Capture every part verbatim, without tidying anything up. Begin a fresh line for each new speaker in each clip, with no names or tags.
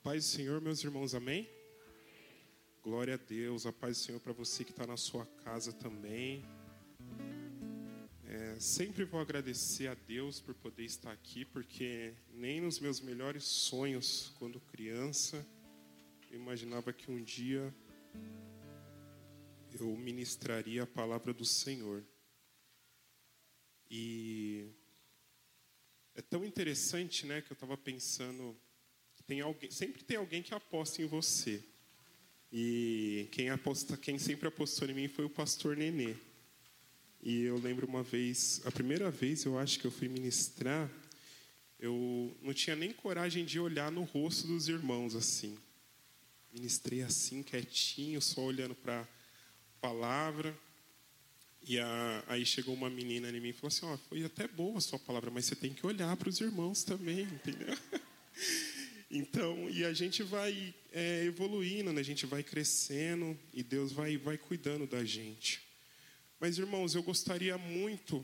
paz do Senhor, meus irmãos, amém? Glória a Deus, a paz do Senhor para você que está na sua casa também. É, sempre vou agradecer a Deus por poder estar aqui, porque nem nos meus melhores sonhos, quando criança, eu imaginava que um dia eu ministraria a palavra do Senhor. E é tão interessante, né, que eu estava pensando que tem alguém, sempre tem alguém que aposta em você. E quem, aposta, quem sempre apostou em mim foi o pastor Nenê. E eu lembro uma vez, a primeira vez eu acho que eu fui ministrar, eu não tinha nem coragem de olhar no rosto dos irmãos assim. Ministrei assim, quietinho, só olhando para a palavra. E a, aí chegou uma menina em mim e falou assim, ó, oh, foi até boa a sua palavra, mas você tem que olhar para os irmãos também, entendeu? Então, e a gente vai é, evoluindo, né? A gente vai crescendo e Deus vai, vai cuidando da gente. Mas, irmãos, eu gostaria muito,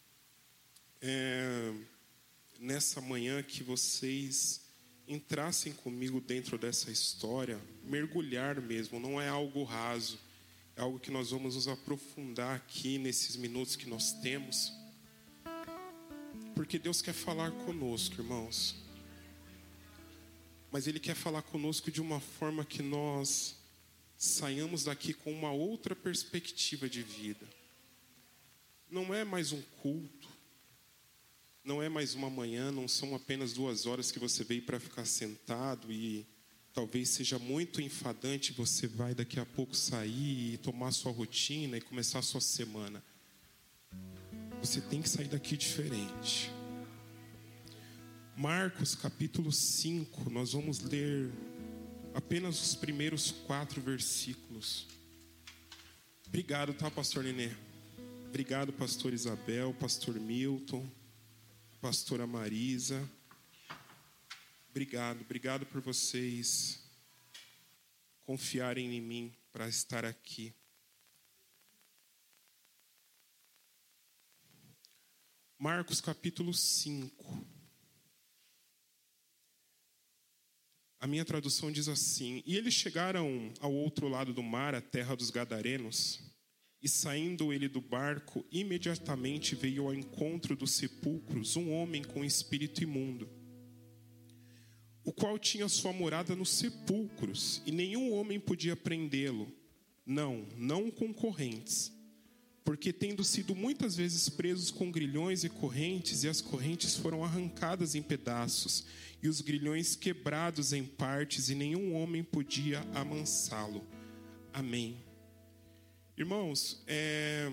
é, nessa manhã, que vocês entrassem comigo dentro dessa história, mergulhar mesmo, não é algo raso, é algo que nós vamos nos aprofundar aqui nesses minutos que nós temos, porque Deus quer falar conosco, irmãos. Mas Ele quer falar conosco de uma forma que nós saiamos daqui com uma outra perspectiva de vida. Não é mais um culto, não é mais uma manhã, não são apenas duas horas que você veio para ficar sentado e talvez seja muito enfadante, você vai daqui a pouco sair e tomar sua rotina e começar a sua semana. Você tem que sair daqui diferente. Marcos capítulo cinco, nós vamos ler apenas os primeiros quatro versículos. Obrigado, tá, pastor Nenê? Obrigado, pastor Isabel, pastor Milton, pastora Marisa. Obrigado, obrigado por vocês confiarem em mim para estar aqui. Marcos capítulo cinco. A minha tradução diz assim: E eles chegaram ao outro lado do mar, a terra dos Gadarenos, e saindo ele do barco, imediatamente veio ao encontro dos sepulcros um homem com espírito imundo, o qual tinha sua morada nos sepulcros, e nenhum homem podia prendê-lo, não, não com correntes, porque tendo sido muitas vezes presos com grilhões e correntes, e as correntes foram arrancadas em pedaços, e os grilhões quebrados em partes, e nenhum homem podia amansá-lo. Amém. Irmãos, é...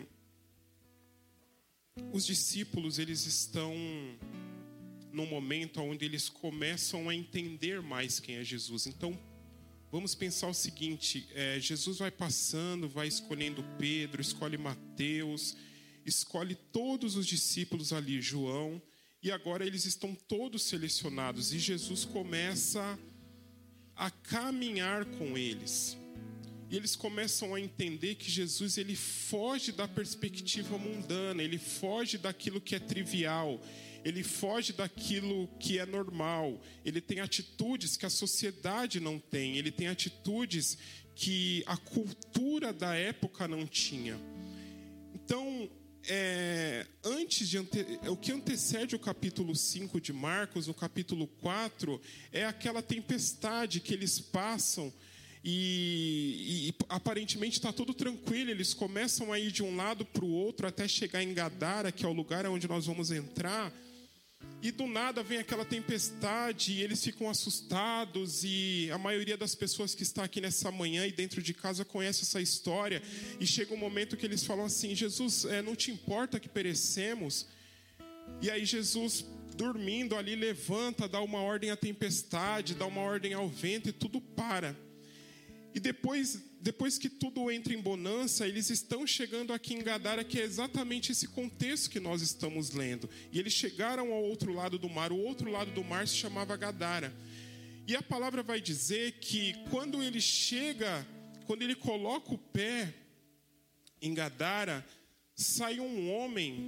os discípulos, eles estão num momento onde eles começam a entender mais quem é Jesus. Então, vamos pensar o seguinte, é, Jesus vai passando, vai escolhendo Pedro, escolhe Mateus, escolhe todos os discípulos ali, João, e agora eles estão todos selecionados, e Jesus começa a caminhar com eles. E eles começam a entender que Jesus, ele foge da perspectiva mundana, ele foge daquilo que é trivial, ele foge daquilo que é normal, ele tem atitudes que a sociedade não tem, ele tem atitudes que a cultura da época não tinha. Então, é, antes de ante... o que antecede o capítulo cinco de Marcos, o capítulo quatro, é aquela tempestade que eles passam. E, e aparentemente está tudo tranquilo, eles começam a ir de um lado para o outro até chegar em Gadara, que é o lugar onde nós vamos entrar, e do nada vem aquela tempestade e eles ficam assustados, e a maioria das pessoas que está aqui nessa manhã e dentro de casa conhece essa história, e chega um momento que eles falam assim: Jesus, é, não te importa que perecemos? E aí Jesus, dormindo ali, levanta, dá uma ordem à tempestade, dá uma ordem ao vento, e tudo para. E depois, depois que tudo entra em bonança, eles estão chegando aqui em Gadara, que é exatamente esse contexto que nós estamos lendo. E eles chegaram ao outro lado do mar. O outro lado do mar se chamava Gadara. E a palavra vai dizer que quando ele chega, quando ele coloca o pé em Gadara, sai um homem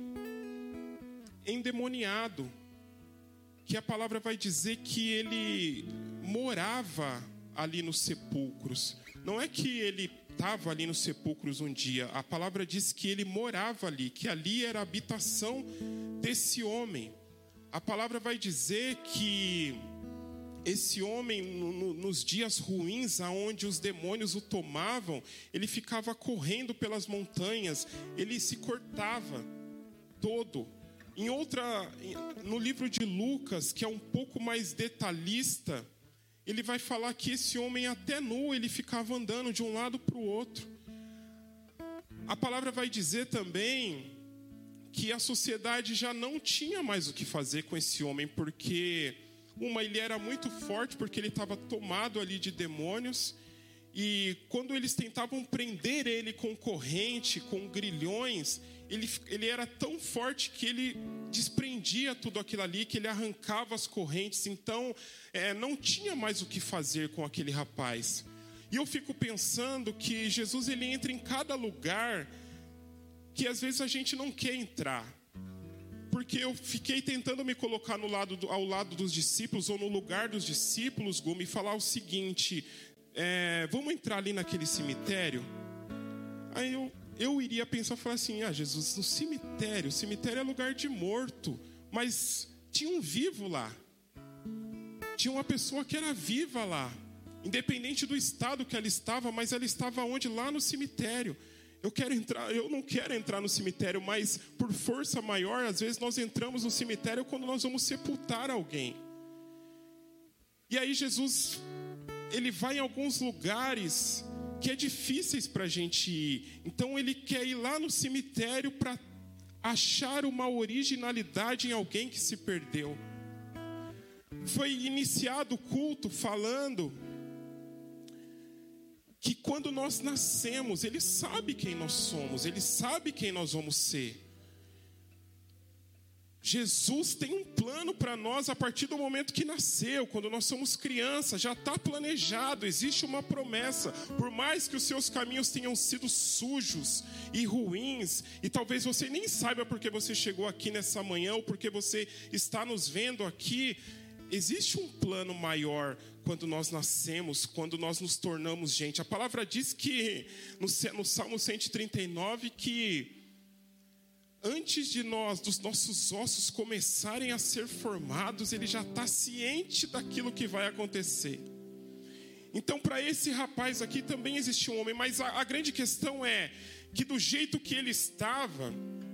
endemoniado, que a palavra vai dizer que ele morava ali nos sepulcros. Não é que ele estava ali nos sepulcros um dia. A palavra diz que ele morava ali, que ali era a habitação desse homem. A palavra vai dizer que esse homem, no, no, nos dias ruins, aonde os demônios o tomavam, ele ficava correndo pelas montanhas, ele se cortava todo. Em outra, no livro de Lucas, que é um pouco mais detalhista, ele vai falar que esse homem até nu, ele ficava andando de um lado para o outro. A palavra vai dizer também que a sociedade já não tinha mais o que fazer com esse homem, porque uma, ele era muito forte, porque ele estava tomado ali de demônios, e quando eles tentavam prender ele com corrente, com grilhões, ele, ele era tão forte que ele desprendia tudo aquilo ali, que ele arrancava as correntes. Então, é, não tinha mais o que fazer com aquele rapaz. E eu fico pensando que Jesus, ele entra em cada lugar que às vezes a gente não quer entrar. Porque eu fiquei tentando me colocar no lado do, ao lado dos discípulos, ou no lugar dos discípulos, Gumi, e falar o seguinte: é, vamos entrar ali naquele cemitério? Aí eu, eu iria pensar, falar assim: ah, Jesus, no cemitério, o cemitério é lugar de morto, mas tinha um vivo lá, tinha uma pessoa que era viva lá, independente do estado que ela estava, mas ela estava onde? Lá no cemitério. Eu quero entrar, eu não quero entrar no cemitério, mas por força maior, às vezes nós entramos no cemitério quando nós vamos sepultar alguém. E aí Jesus, ele vai em alguns lugares que é difíceis para a gente ir. Então ele quer ir lá no cemitério para achar uma originalidade em alguém que se perdeu. Foi iniciado o culto falando que quando nós nascemos, Ele sabe quem nós somos, Ele sabe quem nós vamos ser. Jesus tem um plano para nós a partir do momento que nasceu, quando nós somos crianças, já está planejado, existe uma promessa. Por mais que os seus caminhos tenham sido sujos e ruins, e talvez você nem saiba porque você chegou aqui nessa manhã, ou porque você está nos vendo aqui, existe um plano maior quando nós nascemos, quando nós nos tornamos gente. A palavra diz que, no, no Salmo cento e trinta e nove, que antes de nós, dos nossos ossos começarem a ser formados, Ele já está ciente daquilo que vai acontecer. Então, para esse rapaz aqui também existe um homem, mas a, a grande questão é que do jeito que ele estava,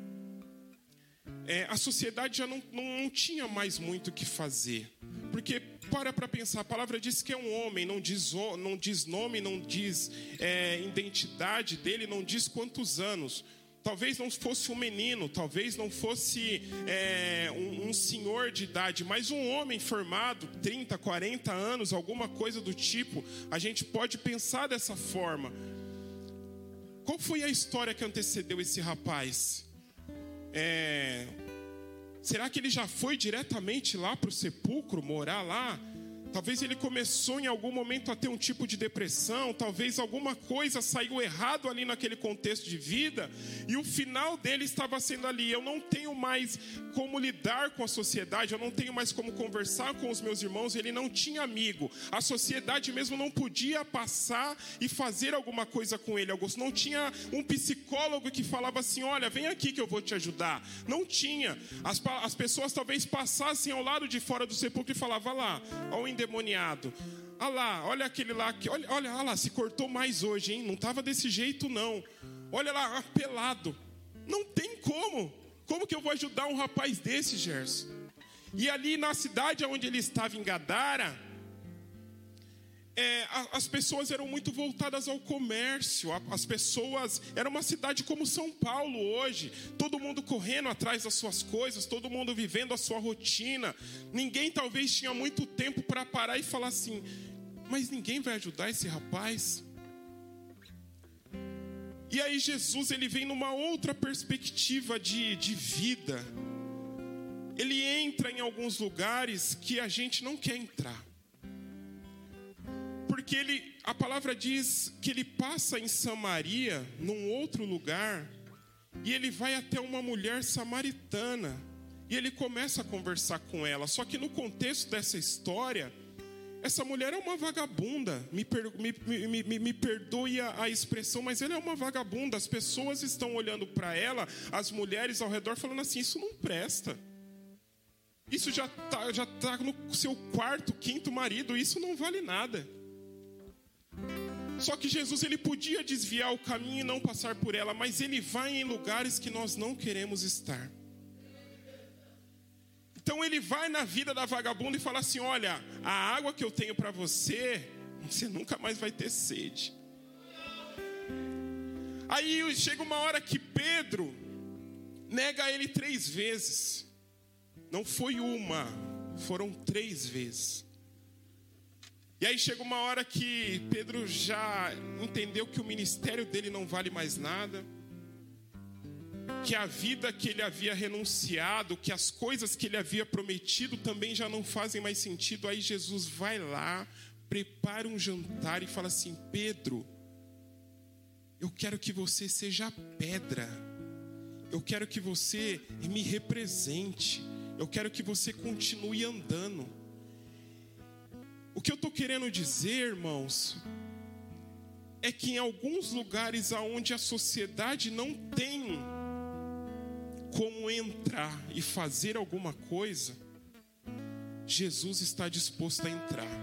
é, a sociedade já não, não, não tinha mais muito o que fazer. Porque, para para pensar, a palavra diz que é um homem, não diz, não diz nome, não diz é, identidade dele, não diz quantos anos. Talvez não fosse um menino, talvez não fosse é, um, um senhor de idade, mas um homem formado, trinta, quarenta anos, alguma coisa do tipo. A gente pode pensar dessa forma. Qual foi a história que antecedeu esse rapaz? É... Será que ele já foi diretamente lá para o sepulcro, morar lá? Talvez ele começou em algum momento a ter um tipo de depressão, talvez alguma coisa saiu errado ali naquele contexto de vida, e o final dele estava sendo ali: eu não tenho mais como lidar com a sociedade, eu não tenho mais como conversar com os meus irmãos. Ele não tinha amigo, a sociedade mesmo não podia passar e fazer alguma coisa com ele. Augusto, não tinha um psicólogo que falava assim: olha, vem aqui que eu vou te ajudar. Não tinha. As, as pessoas talvez passassem ao lado de fora do sepulcro e falavam: lá, ó, o endemoniado, olha lá, olha aquele lá, que, olha, olha, olha lá, se cortou mais hoje, hein? Não estava desse jeito não, olha lá, pelado. Não tem como, como que eu vou ajudar um rapaz desse, Gerson? E ali na cidade onde ele estava, em Gadara, é, as pessoas eram muito voltadas ao comércio. As pessoas, era uma cidade como São Paulo hoje, todo mundo correndo atrás das suas coisas, todo mundo vivendo a sua rotina. Ninguém talvez tinha muito tempo para parar e falar assim: mas ninguém vai ajudar esse rapaz? E aí Jesus, ele vem numa outra perspectiva de, de vida. Ele entra em alguns lugares que a gente não quer entrar. Porque ele, a palavra diz que ele passa em Samaria, num outro lugar, e ele vai até uma mulher samaritana, e ele começa a conversar com ela. Só que no contexto dessa história, essa mulher é uma vagabunda, me, per, me, me, me, me perdoe a, a expressão, mas ela é uma vagabunda. As pessoas estão olhando para ela, as mulheres ao redor, falando assim: isso não presta. Isso já está já tá no seu quarto, quinto marido, isso não vale nada. Só que Jesus, ele podia desviar o caminho e não passar por ela, mas ele vai em lugares que nós não queremos estar. Então ele vai na vida da vagabunda e fala assim: olha, a água que eu tenho para você, você nunca mais vai ter sede. Aí chega uma hora que Pedro nega ele três vezes. Não foi uma, foram três vezes. E aí chega uma hora que Pedro já entendeu que o ministério dele não vale mais nada, que a vida que ele havia renunciado, que as coisas que ele havia prometido também já não fazem mais sentido. Aí Jesus vai lá, prepara um jantar e fala assim: Pedro, eu quero que você seja pedra, eu quero que você me represente, eu quero que você continue andando. O que eu estou querendo dizer, irmãos, é que em alguns lugares onde a sociedade não tem como entrar e fazer alguma coisa, Jesus está disposto a entrar.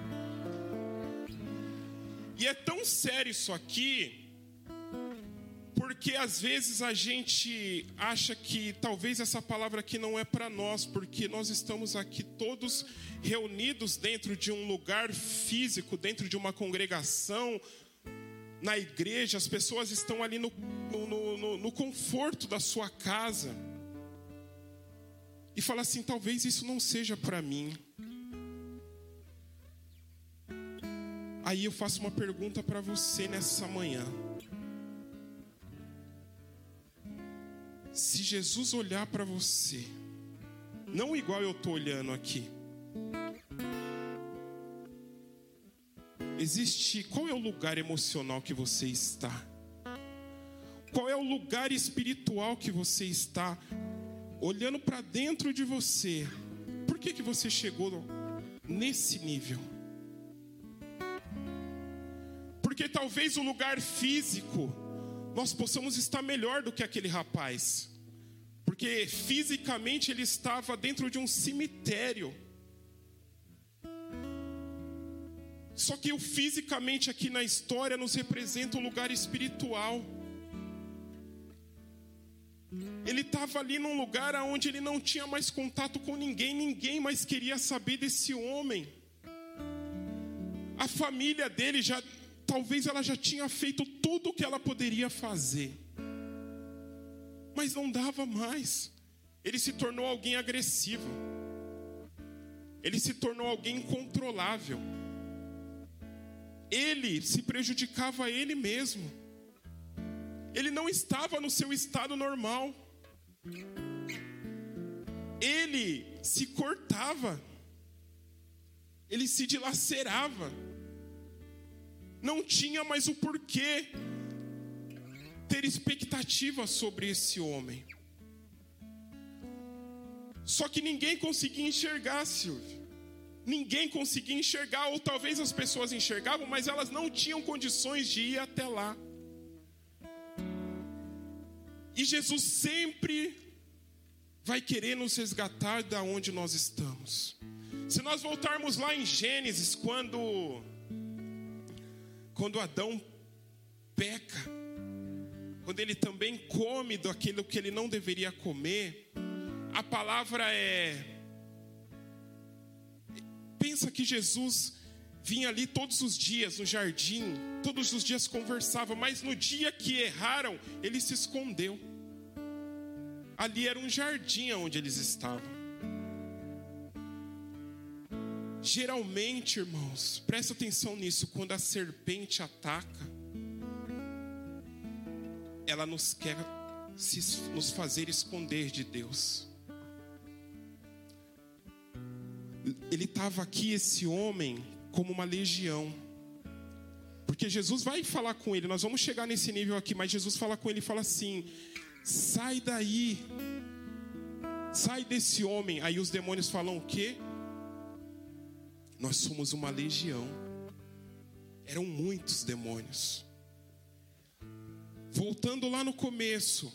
E é tão sério isso aqui, porque às vezes a gente acha que talvez essa palavra aqui não é para nós, porque nós estamos aqui todos reunidos dentro de um lugar físico, dentro de uma congregação, na igreja. As pessoas estão ali no, no, no, no conforto da sua casa. E fala assim: talvez isso não seja para mim. Aí eu faço uma pergunta para você nessa manhã. Se Jesus olhar para você, não igual eu estou olhando aqui, existe, qual é o lugar emocional que você está? Qual é o lugar espiritual que você está? Olhando para dentro de você, por que que você chegou nesse nível? Porque talvez o lugar físico nós possamos estar melhor do que aquele rapaz, porque fisicamente ele estava dentro de um cemitério. Só que o fisicamente aqui na história nos representa um lugar espiritual. Ele estava ali num lugar onde ele não tinha mais contato com ninguém, ninguém mais queria saber desse homem. A família dele já, talvez ela já tinha feito tudo o que ela poderia fazer, mas não dava mais. Ele se tornou alguém agressivo, ele se tornou alguém incontrolável. Ele se prejudicava a ele mesmo. Ele não estava no seu estado normal. Ele se cortava, ele se dilacerava. Não tinha mais o porquê ter expectativa sobre esse homem. Só que ninguém conseguia enxergar, Silvio. Ninguém conseguia enxergar, ou talvez as pessoas enxergavam, mas elas não tinham condições de ir até lá. E Jesus sempre vai querer nos resgatar da onde nós estamos. Se nós voltarmos lá em Gênesis, quando, quando Adão peca, quando ele também come daquilo que ele não deveria comer, a palavra é... Pensa que Jesus vinha ali todos os dias no jardim, todos os dias conversava, mas no dia que erraram, ele se escondeu. Ali era um jardim onde eles estavam. Geralmente, irmãos, presta atenção nisso, quando a serpente ataca, ela nos quer se, nos fazer esconder de Deus. Ele estava aqui, esse homem, como uma legião. Porque Jesus vai falar com ele, nós vamos chegar nesse nível aqui, mas Jesus fala com ele e fala assim: sai daí, sai desse homem. Aí os demônios falam o quê? Nós somos uma legião. Eram muitos demônios. Voltando lá no começo,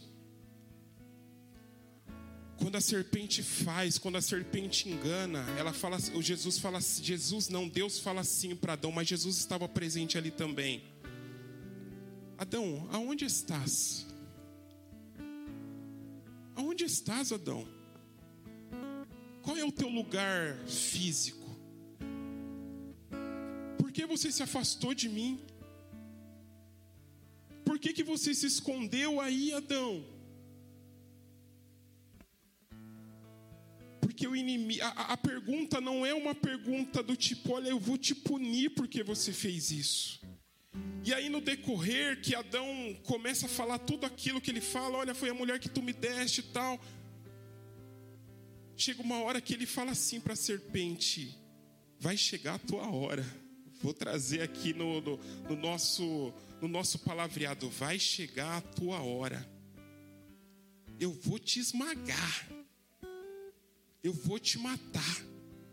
quando a serpente faz, quando a serpente engana, ela fala, o Jesus fala, Jesus não, Deus fala assim para Adão, mas Jesus estava presente ali também. Adão, aonde estás? Aonde estás, Adão? Qual é o teu lugar físico? Por que você se afastou de mim? Por que que você se escondeu aí, Adão? Porque o inimigo, a, a pergunta não é uma pergunta do tipo, olha, eu vou te punir porque você fez isso. E aí no decorrer que Adão começa a falar tudo aquilo que ele fala, olha, foi a mulher que tu me deste e tal. Chega uma hora que ele fala assim para a serpente, vai chegar a tua hora. Vou trazer aqui no, no, no, nosso, no nosso palavreado, vai chegar a tua hora. Eu vou te esmagar. Eu vou te matar.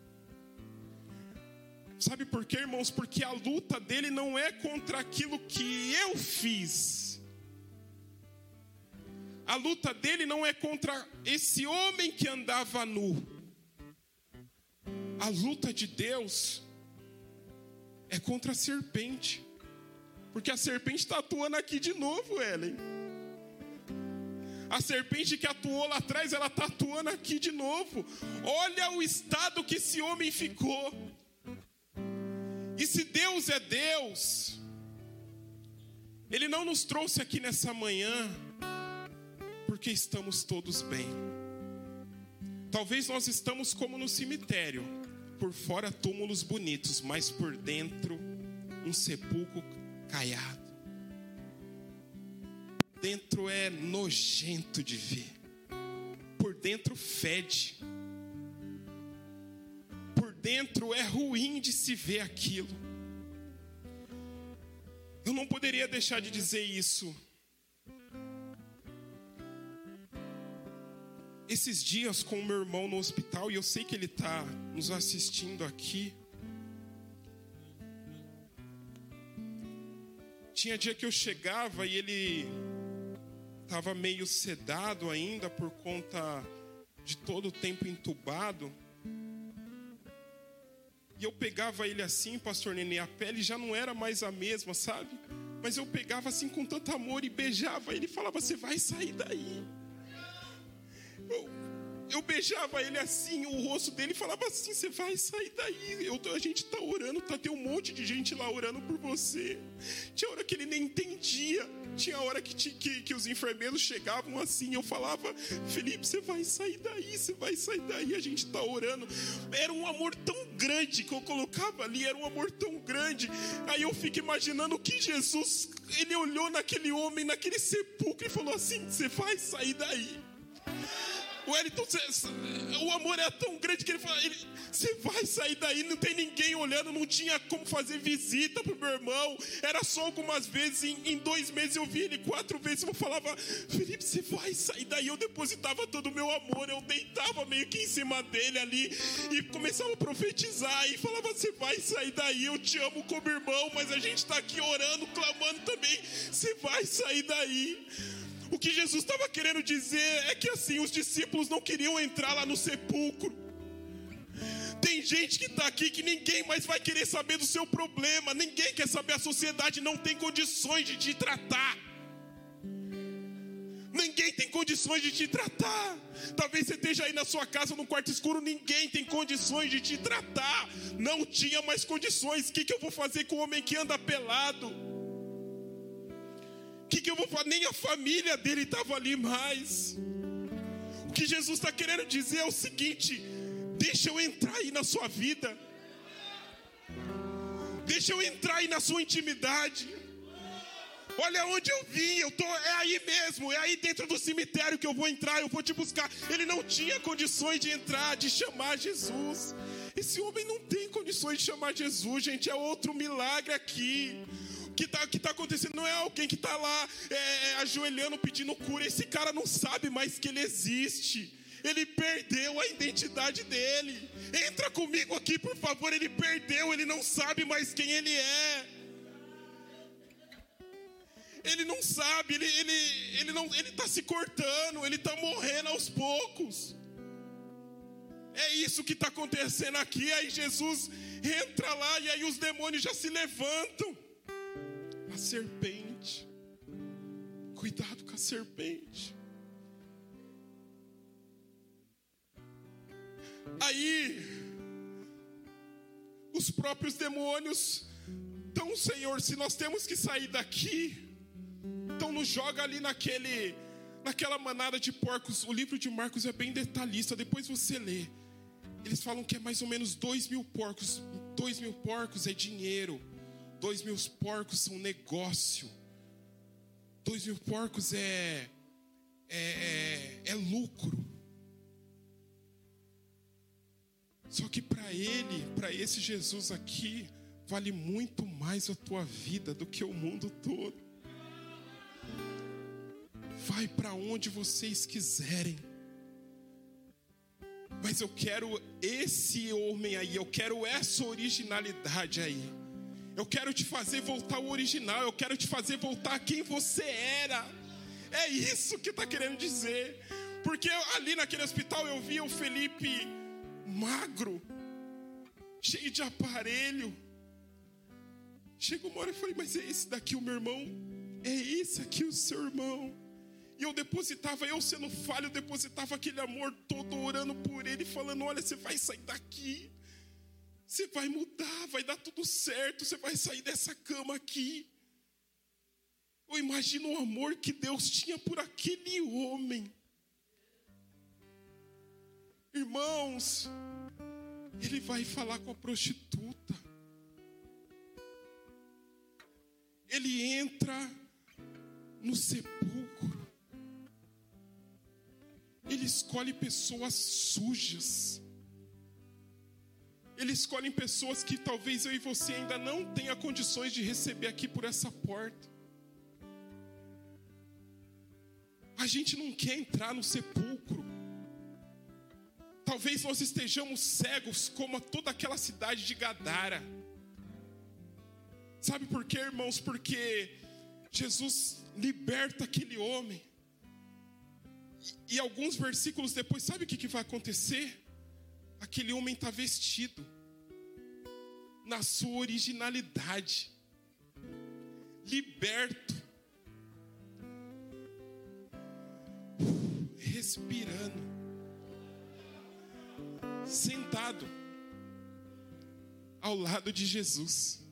Sabe por quê, irmãos? Porque a luta dele não é contra aquilo que eu fiz. A luta dele não é contra esse homem que andava nu. A luta de Deus é contra a serpente. Porque a serpente está atuando aqui de novo, Ellen. A serpente que atuou lá atrás, ela está atuando aqui de novo. Olha o estado que esse homem ficou. E se Deus é Deus, Ele não nos trouxe aqui nessa manhã porque estamos todos bem. Talvez nós estamos como no cemitério, por fora túmulos bonitos, mas por dentro um sepulcro caiado. Dentro é nojento de ver. Por dentro fede. Por dentro é ruim de se ver aquilo. Eu não poderia deixar de dizer isso. Esses dias com o meu irmão no hospital, e eu sei que ele está nos assistindo aqui. Tinha dia que eu chegava e ele estava meio sedado ainda por conta de todo o tempo entubado. E eu pegava ele assim, pastor Nenê, a pele já não era mais a mesma, sabe? Mas eu pegava assim com tanto amor e beijava ele e falava, você vai sair daí. Eu, eu beijava ele assim, o rosto dele falava assim, você vai sair daí. Eu, a gente tá orando, tá, tem um monte de gente lá orando por você. Tinha hora que ele nem entendia. Tinha hora que, que, que os enfermeiros chegavam assim, eu falava, Felipe, você vai sair daí, você vai sair daí, a gente está orando. Era um amor tão grande que eu colocava ali, era um amor tão grande. Aí eu fico imaginando que Jesus, ele olhou naquele homem, naquele sepulcro e falou assim, você vai sair daí. O Wellington, o amor é tão grande que ele falou, ele, você vai sair daí, não tem ninguém olhando, não tinha como fazer visita pro meu irmão, era só algumas vezes, em, em dois meses eu vi ele quatro vezes, eu falava, Felipe, você vai sair daí, eu depositava todo o meu amor, eu deitava meio que em cima dele ali, e começava a profetizar, e falava, você vai sair daí, eu te amo como irmão, mas a gente está aqui orando, clamando também, você vai sair daí. O que Jesus estava querendo dizer é que assim, os discípulos não queriam entrar lá no sepulcro. Tem gente que está aqui que ninguém mais vai querer saber do seu problema. Ninguém quer saber, a sociedade não tem condições de te tratar. Ninguém tem condições de te tratar. Talvez você esteja aí na sua casa, no quarto escuro, ninguém tem condições de te tratar. Não tinha mais condições. O que, que eu vou fazer com o homem que anda pelado? O que, que eu vou fazer? Nem a família dele estava ali mais. O que Jesus está querendo dizer é o seguinte: deixa eu entrar aí na sua vida. Deixa eu entrar aí na sua intimidade. Olha onde eu vim, eu tô, é aí mesmo, é aí dentro do cemitério que eu vou entrar, eu vou te buscar. Ele não tinha condições de entrar, de chamar Jesus. Esse homem não tem condições de chamar Jesus, gente, é outro milagre aqui. O que está que tá acontecendo não é alguém que está lá é, ajoelhando, pedindo cura. Esse cara não sabe mais que ele existe. Ele perdeu a identidade dele. Entra comigo aqui, por favor. Ele perdeu, ele não sabe mais quem ele é. Ele não sabe, ele ele ele não, ele está se cortando, ele está morrendo aos poucos. É isso que está acontecendo aqui. Aí Jesus entra lá e aí os demônios já se levantam. A serpente. Cuidado com a serpente. Aí, os próprios demônios, então, Senhor, se nós temos que sair daqui, então nos joga ali naquele, naquela manada de porcos. O livro de Marcos é bem detalhista, depois você lê. Eles falam que é mais ou menos dois mil porcos. Dois mil porcos é dinheiro. Dois mil porcos são negócio. Dois mil porcos é, é, é, é lucro. Só que para ele, para esse Jesus aqui, vale muito mais a tua vida do que o mundo todo. Vai para onde vocês quiserem. Mas eu quero esse homem aí, eu quero essa originalidade aí. Eu quero te fazer voltar ao original, eu quero te fazer voltar a quem você era. É isso que está querendo dizer. Porque ali naquele hospital eu via o Felipe magro, cheio de aparelho. Chegou uma hora e falei, mas é esse daqui o meu irmão? É esse aqui o seu irmão? E eu depositava, eu sendo falho, eu depositava aquele amor todo, orando por ele, falando, olha, você vai sair daqui. Você vai mudar, vai dar tudo certo, você vai sair dessa cama aqui. Eu imagino o amor que Deus tinha por aquele homem. Irmãos, ele vai falar com a prostituta. Ele entra no sepulcro. Ele escolhe pessoas sujas. Ele escolhe pessoas que talvez eu e você ainda não tenha condições de receber aqui por essa porta. A gente não quer entrar no sepulcro. Talvez nós estejamos cegos como toda aquela cidade de Gadara. Sabe por quê, irmãos? Porque Jesus liberta aquele homem. E, e alguns versículos depois, sabe o que, que vai acontecer? Aquele homem está vestido na sua originalidade, liberto, respirando, sentado ao lado de Jesus.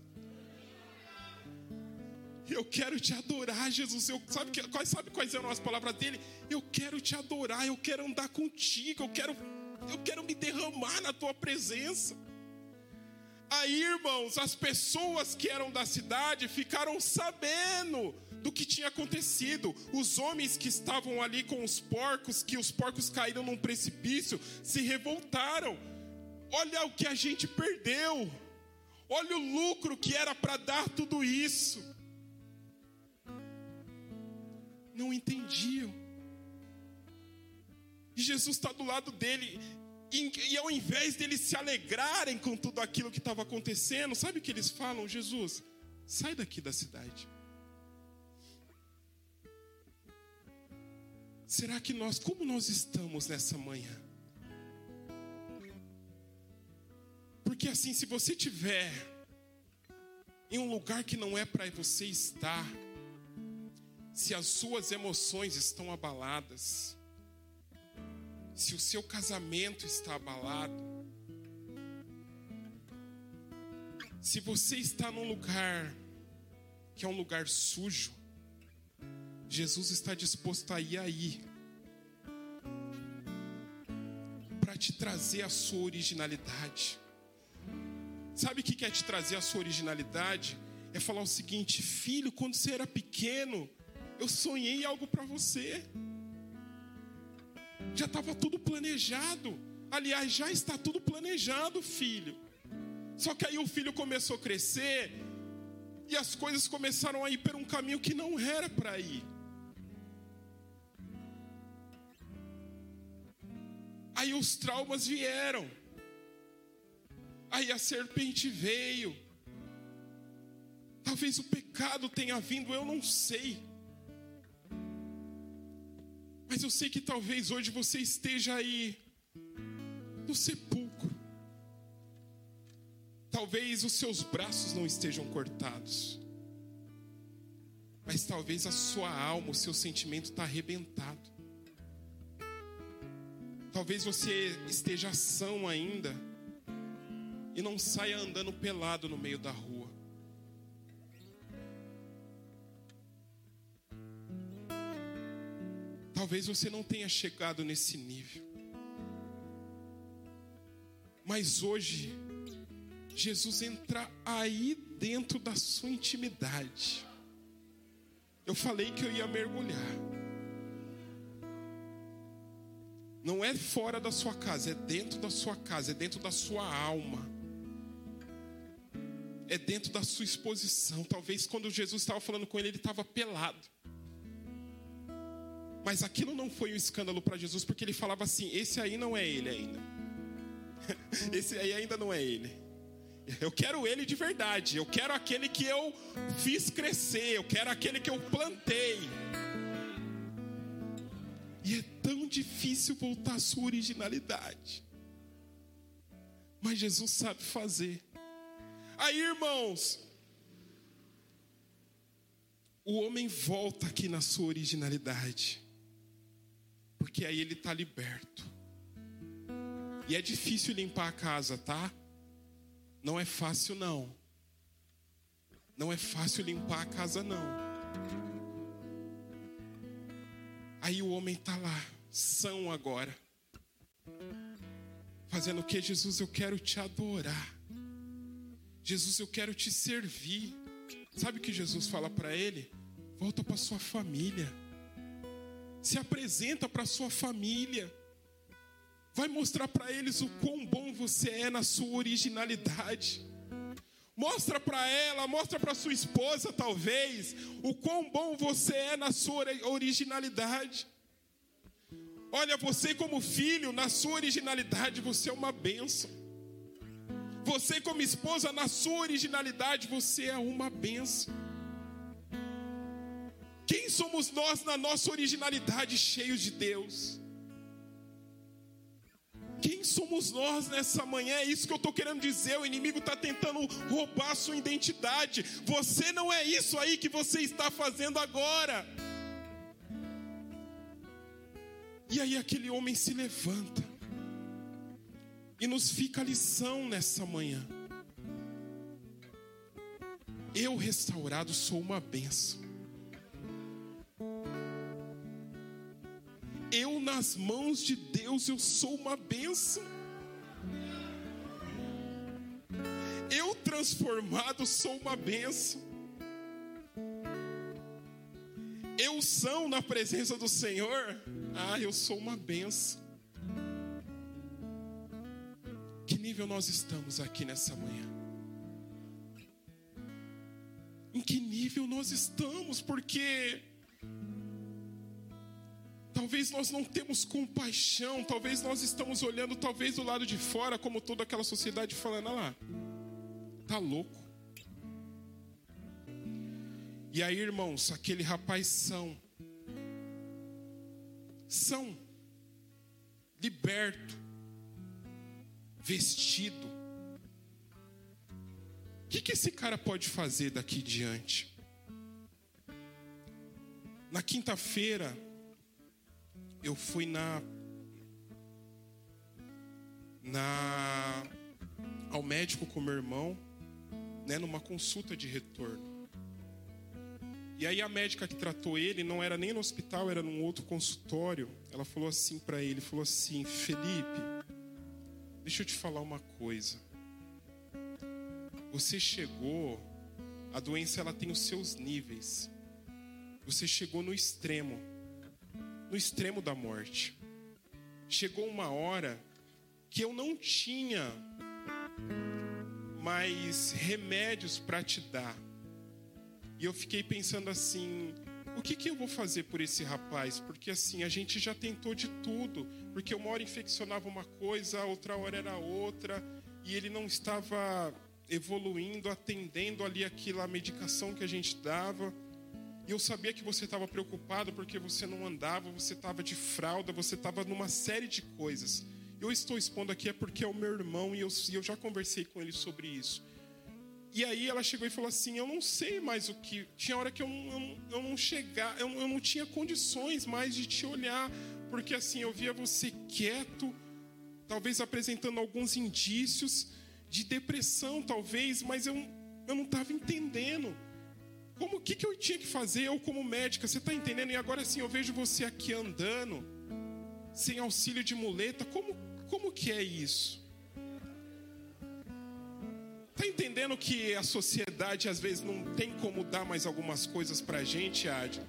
Eu quero te adorar, Jesus. Eu, sabe, que, sabe quais eram as palavras dele? Eu quero te adorar, eu quero andar contigo, eu quero, eu quero me derramar na tua presença. Aí, irmãos, as pessoas que eram da cidade ficaram sabendo do que tinha acontecido. Os homens que estavam ali com os porcos, que os porcos caíram num precipício, se revoltaram. Olha o que a gente perdeu. Olha o lucro que era para dar tudo isso. Não entendiam. E Jesus está do lado dele. E, e ao invés deles se alegrarem com tudo aquilo que estava acontecendo, sabe o que eles falam? Jesus, sai daqui da cidade. Será que nós, como nós estamos nessa manhã? Porque assim, se você estiver em um lugar que não é para você estar, se as suas emoções estão abaladas, se o seu casamento está abalado, se você está num lugar que é um lugar sujo, Jesus está disposto a ir aí para te trazer a sua originalidade. Sabe o que quer te trazer a sua originalidade? É falar o seguinte: filho, quando você era pequeno, eu sonhei algo para você. Já estava tudo planejado. Aliás, já está tudo planejado, filho. Só que aí o filho começou a crescer e as coisas começaram a ir por um caminho que não era para ir. Aí os traumas vieram. Aí a serpente veio. Talvez o pecado tenha vindo, eu não sei. Mas eu sei que talvez hoje você esteja aí no sepulcro. Talvez os seus braços não estejam cortados. Mas talvez a sua alma, o seu sentimento está arrebentado. Talvez você esteja são ainda e não saia andando pelado no meio da rua. Talvez você não tenha chegado nesse nível. Mas hoje, Jesus entra aí dentro da sua intimidade. Eu falei que eu ia mergulhar. Não é fora da sua casa, é dentro da sua casa, é dentro da sua alma. É dentro da sua exposição. Talvez quando Jesus estava falando com ele, ele estava pelado. Mas aquilo não foi um escândalo para Jesus, porque ele falava assim: esse aí não é ele ainda. Esse aí ainda não é ele. Eu quero ele de verdade. Eu quero aquele que eu fiz crescer. Eu quero aquele que eu plantei. E é tão difícil voltar à sua originalidade. Mas Jesus sabe fazer. Aí, irmãos, o homem volta aqui na sua originalidade. Porque aí ele está liberto. E é difícil limpar a casa, tá? Não é fácil, não. Não é fácil limpar a casa, não. Aí o homem está lá, são agora. Fazendo o que? Jesus, eu quero te adorar. Jesus, eu quero te servir. Sabe o que Jesus fala para ele? Volta para sua família. Se apresenta para sua família. Vai mostrar para eles o quão bom você é na sua originalidade. Mostra para ela, mostra para sua esposa talvez, o quão bom você é na sua originalidade. Olha, você como filho, na sua originalidade, você é uma bênção. Você como esposa, na sua originalidade, você é uma bênção. Quem somos nós na nossa originalidade, cheios de Deus? Quem somos nós nessa manhã? É isso que eu estou querendo dizer. O inimigo está tentando roubar a sua identidade. Você não é isso aí que você está fazendo agora. E aí aquele homem se levanta. E nos fica a lição nessa manhã. Eu restaurado sou uma bênção. Eu nas mãos de Deus, eu sou uma bênção. Eu transformado sou uma bênção. Eu são na presença do Senhor. Ah, eu sou uma bênção. Que nível nós estamos aqui nessa manhã? Em que nível nós estamos? Porque talvez nós não temos compaixão, talvez nós estamos olhando talvez do lado de fora, como toda aquela sociedade falando, olha lá, tá louco. E aí, irmãos, aquele rapaz são, são, liberto, vestido. O que que esse cara pode fazer daqui diante? Na quinta-feira, eu fui na, na ao médico com meu irmão, né, numa consulta de retorno. E aí a médica que tratou ele, não era nem no hospital, era num outro consultório. Ela falou assim para ele, falou assim: Felipe, deixa eu te falar uma coisa. Você chegou, a doença ela tem os seus níveis. Você chegou no extremo. No extremo da morte. Chegou uma hora que eu não tinha mais remédios para te dar. E eu fiquei pensando assim: o que que eu vou fazer por esse rapaz? Porque assim, a gente já tentou de tudo. Porque uma hora infeccionava uma coisa, a outra hora era outra. E ele não estava evoluindo, atendendo ali aquela medicação que a gente dava. E eu sabia que você estava preocupado porque você não andava, você estava de fralda, você estava numa série de coisas. Eu estou expondo aqui é porque é o meu irmão e eu, e eu já conversei com ele sobre isso. E aí ela chegou e falou assim, eu não sei mais o que... Tinha hora que eu, eu, eu não chegava, eu, eu não tinha condições mais de te olhar. Porque assim, eu via você quieto, talvez apresentando alguns indícios de depressão, talvez, mas eu, eu não estava entendendo. Como, o que, que eu tinha que fazer, eu como médica, você está entendendo? E agora sim, eu vejo você aqui andando, sem auxílio de muleta, como, como que é isso? Está entendendo que a sociedade às vezes não tem como dar mais algumas coisas para a gente, Adi?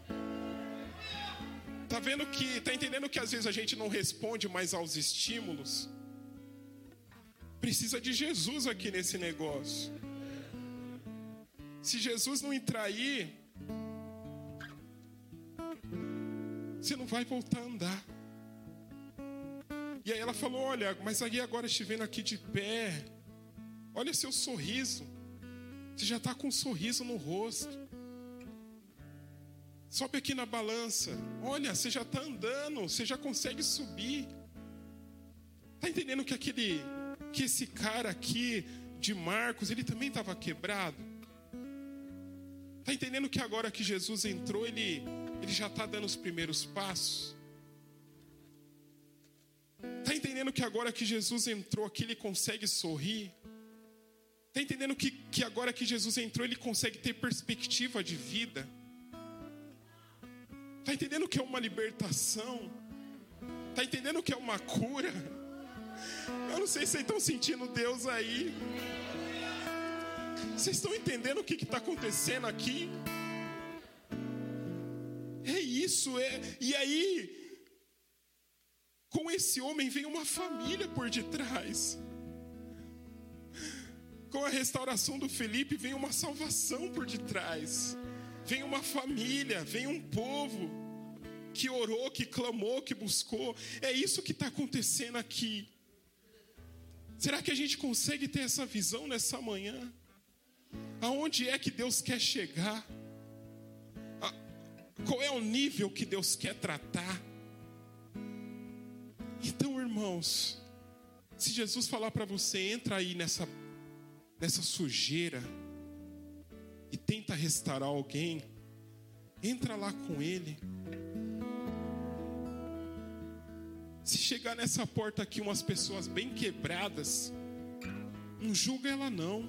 Está vendo que, está entendendo que às vezes a gente não responde mais aos estímulos? Precisa de Jesus aqui nesse negócio. Se Jesus não entrar aí, você não vai voltar a andar. E aí ela falou, olha, mas aí agora te vendo aqui de pé, olha seu sorriso. Você já está com um sorriso no rosto. Sobe aqui na balança. Olha, você já está andando, você já consegue subir. Está entendendo que aquele, que esse cara aqui de Marcos, ele também estava quebrado? Está entendendo que agora que Jesus entrou, ele, ele já está dando os primeiros passos? Está entendendo que agora que Jesus entrou aqui, ele consegue sorrir? Está entendendo que, que agora que Jesus entrou, ele consegue ter perspectiva de vida? Está entendendo que é uma libertação? Está entendendo que é uma cura? Eu não sei se vocês estão sentindo Deus aí. Vocês estão entendendo o que está acontecendo aqui? É isso, é. E aí, com esse homem vem uma família por detrás. Com a restauração do Felipe vem uma salvação por detrás. Vem uma família, vem um povo que orou, que clamou, que buscou. É isso que está acontecendo aqui. Será que a gente consegue ter essa visão nessa manhã? Aonde é que Deus quer chegar? Qual é o nível que Deus quer tratar? Então, irmãos, se Jesus falar para você, entra aí nessa, nessa sujeira e tenta restaurar alguém, entra lá com ele. Se chegar nessa porta aqui umas pessoas bem quebradas, não julga ela não.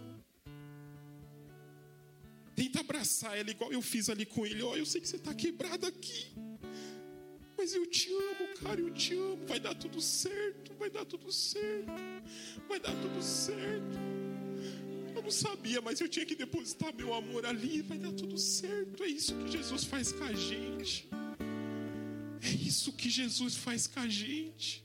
Tenta abraçar ela igual eu fiz ali com ele. Ó, oh, eu sei que você está quebrado aqui, mas eu te amo, cara, eu te amo. Vai dar tudo certo, vai dar tudo certo, vai dar tudo certo. Eu não sabia, mas eu tinha que depositar meu amor ali. Vai dar tudo certo. É isso que Jesus faz com a gente. É isso que Jesus faz com a gente.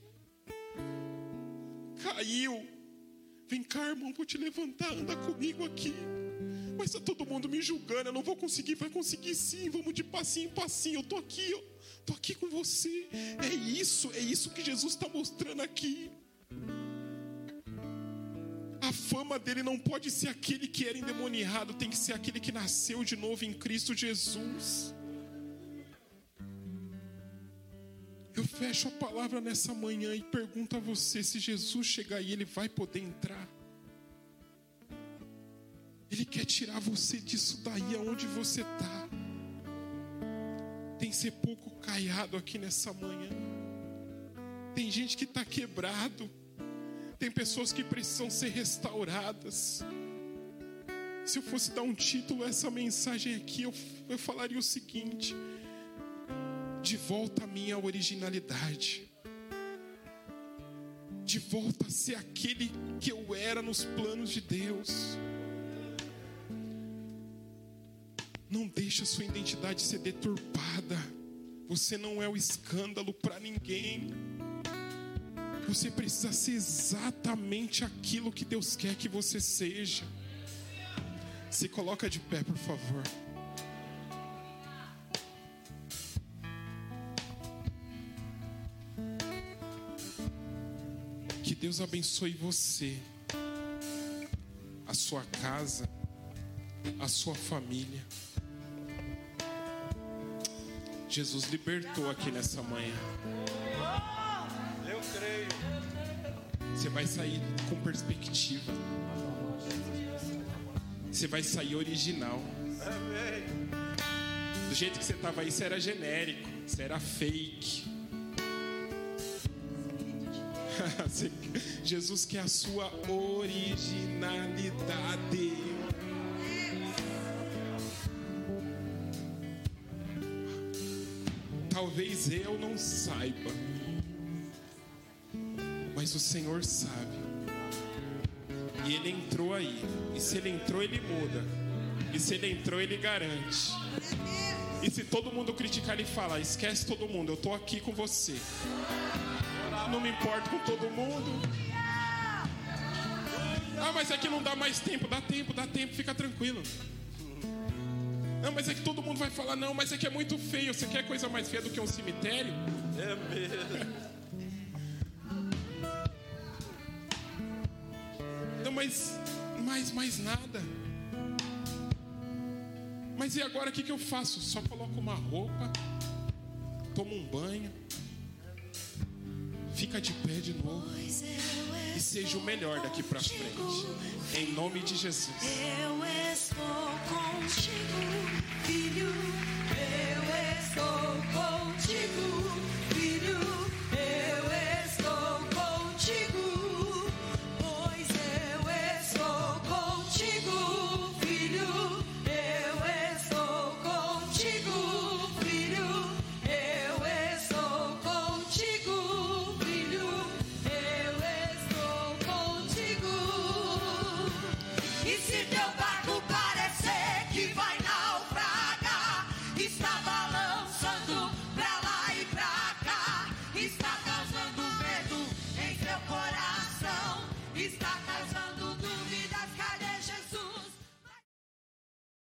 Caiu. Vem cá, irmão, vou te levantar. Anda comigo aqui. Mas está todo mundo me julgando. Eu não vou conseguir. Vai conseguir sim. Vamos de passinho em passinho. Eu tô aqui, eu tô aqui com você. É isso, é isso que Jesus está mostrando aqui. A fama dele não pode ser aquele que era endemoniado, tem que ser aquele que nasceu de novo em Cristo Jesus. Eu fecho a palavra nessa manhã e pergunto a você, se Jesus chegar aí, ele vai poder entrar? Ele quer tirar você disso daí aonde você está. Tem sepulcro caiado aqui nessa manhã. Tem gente que está quebrado. Tem pessoas que precisam ser restauradas. Se eu fosse dar um título a essa mensagem aqui, eu, eu falaria o seguinte: de volta à minha originalidade. De volta a ser aquele que eu era nos planos de Deus. Não deixe a sua identidade ser deturpada. Você não é o escândalo para ninguém. Você precisa ser exatamente aquilo que Deus quer que você seja. Se coloca de pé, por favor. Deus abençoe você, a sua casa, a sua família. Jesus libertou aqui nessa manhã.
Eu creio.
Você vai sair com perspectiva. Você vai sair original.
Amém.
Do jeito que você estava aí, você era genérico, você era fake. Jesus quer a sua originalidade. Talvez eu não saiba, mas o Senhor sabe. E Ele entrou aí. E se Ele entrou, Ele muda. E se Ele entrou, Ele garante. E se todo mundo criticar, Ele fala: esquece todo mundo, eu estou aqui com você. Não me importo com todo mundo. Ah, mas é que não dá mais tempo. Dá tempo, dá tempo, fica tranquilo. Não, mas é que todo mundo vai falar: não, mas é que é muito feio. Você quer coisa mais feia do que um cemitério?
É mesmo.
Não, mas, mas mais nada. Mas e agora o que, que eu faço? Só coloco uma roupa, tomo um banho, fica de pé de novo e seja o melhor daqui pra frente. Em nome de Jesus.
Eu estou contigo, filho. Eu estou contigo.